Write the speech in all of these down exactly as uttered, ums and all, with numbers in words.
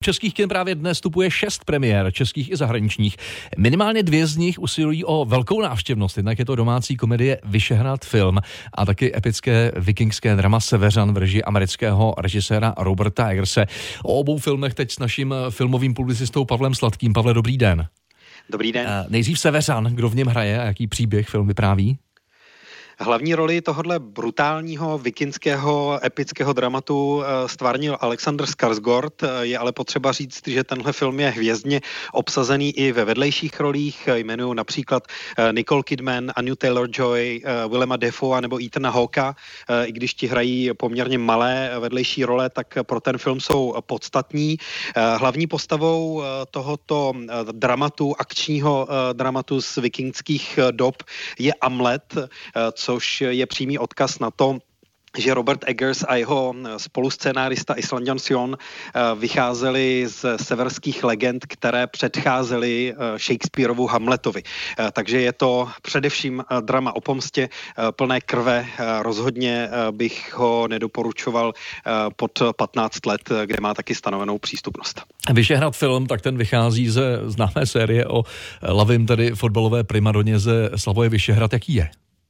českých kin právě dnes vstupuje šest premiér, českých i zahraničních. Minimálně dvě z nich usilují o velkou návštěvnost. Jednak je to domácí komedie Vyšehrad film a taky epické vikingské drama Seveřan v režii amerického režiséra Roberta Eggerse. O obou filmech teď s naším filmovým publicistou Pavlem Sladkým. Pavle, dobrý den. Dobrý den. Uh, nejdřív Seveřan, kdo v něm hraje a jaký příběh film vypráví? Hlavní roli tohohle brutálního vikingského epického dramatu stvárnil Alexander Skarsgård. Je ale potřeba říct, že tenhle film je hvězdně obsazený i ve vedlejších rolích. Jmenuji například Nicole Kidman, Anya Taylor-Joy, Willema Dafoe nebo Ethana Hawkea. I když ti hrají poměrně malé vedlejší role, tak pro ten film jsou podstatní. Hlavní postavou tohoto dramatu, akčního dramatu z vikingských dob je Amlet, což je přímý odkaz na to, že Robert Eggers a jeho spoluscénárista Islanďan Sion vycházeli z severských legend, které předcházely Shakespearovu Hamletovi. Takže je to především drama o pomstě, plné krve. Rozhodně bych ho nedoporučoval pod patnáct let, kde má taky stanovenou přístupnost. Vyšehrad film, tak ten vychází ze známé série o Lavim, tedy fotbalové primadoně ze Slavoje Vyšehrad. Jaký je?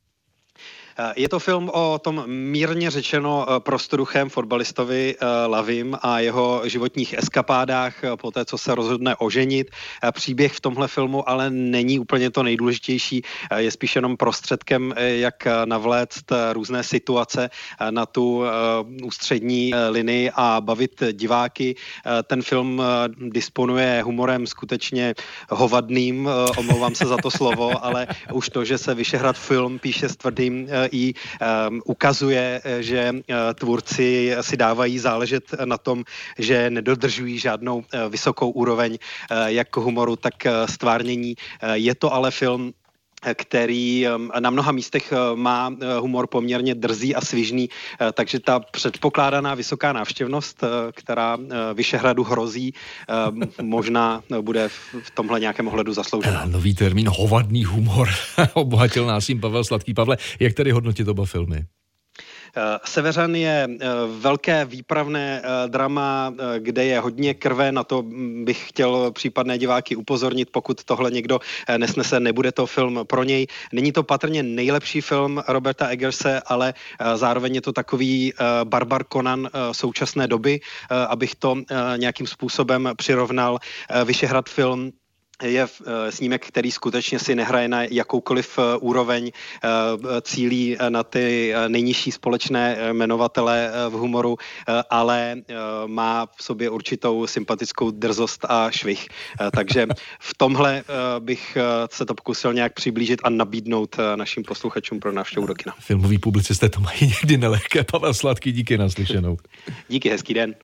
Je to film o tom mírně řečeno prostoduchém fotbalistovi Lavim a jeho životních eskapádách po té, co se rozhodne oženit. Příběh v tomhle filmu ale není úplně to nejdůležitější, je spíš jenom prostředkem, jak navléct různé situace na tu ústřední linii a bavit diváky. Ten film disponuje humorem skutečně hovadným, omlouvám se za to slovo, ale už to, že se Vyšehrad film píše s tvrdým i um, ukazuje, že uh, tvůrci si dávají záležet na tom, že nedodržují žádnou uh, vysokou úroveň uh, jak humoru, tak uh, stvárnění. Uh, je to ale film, který na mnoha místech má humor poměrně drzý a svižný, takže ta předpokládaná vysoká návštěvnost, která Vyšehradu hrozí, možná bude v tomhle nějakém ohledu zasloužená. Nový termín hovadný humor. Obohatil nás jim Pavel Sladký. Pavle, jak tedy hodnotit oba filmy? Seveřan je velké výpravné drama, kde je hodně krve, na to bych chtěl případné diváky upozornit, pokud tohle někdo nesnese, nebude to film pro něj. Není to patrně nejlepší film Roberta Eggerse, ale zároveň je to takový Barbar Conan současné doby, abych to nějakým způsobem přirovnal. Vyšehrad film je snímek, který skutečně si nehraje na jakoukoliv úroveň, cílí na ty nejnižší společné jmenovatele v humoru, ale má v sobě určitou sympatickou drzost a švih. Takže v tomhle bych se to pokusil nějak přiblížit a nabídnout našim posluchačům pro návštěvu do kina. Filmoví publicisté to mají někdy nelehké. Pavel Sladký, díky, naslyšenou. Díky, hezký den.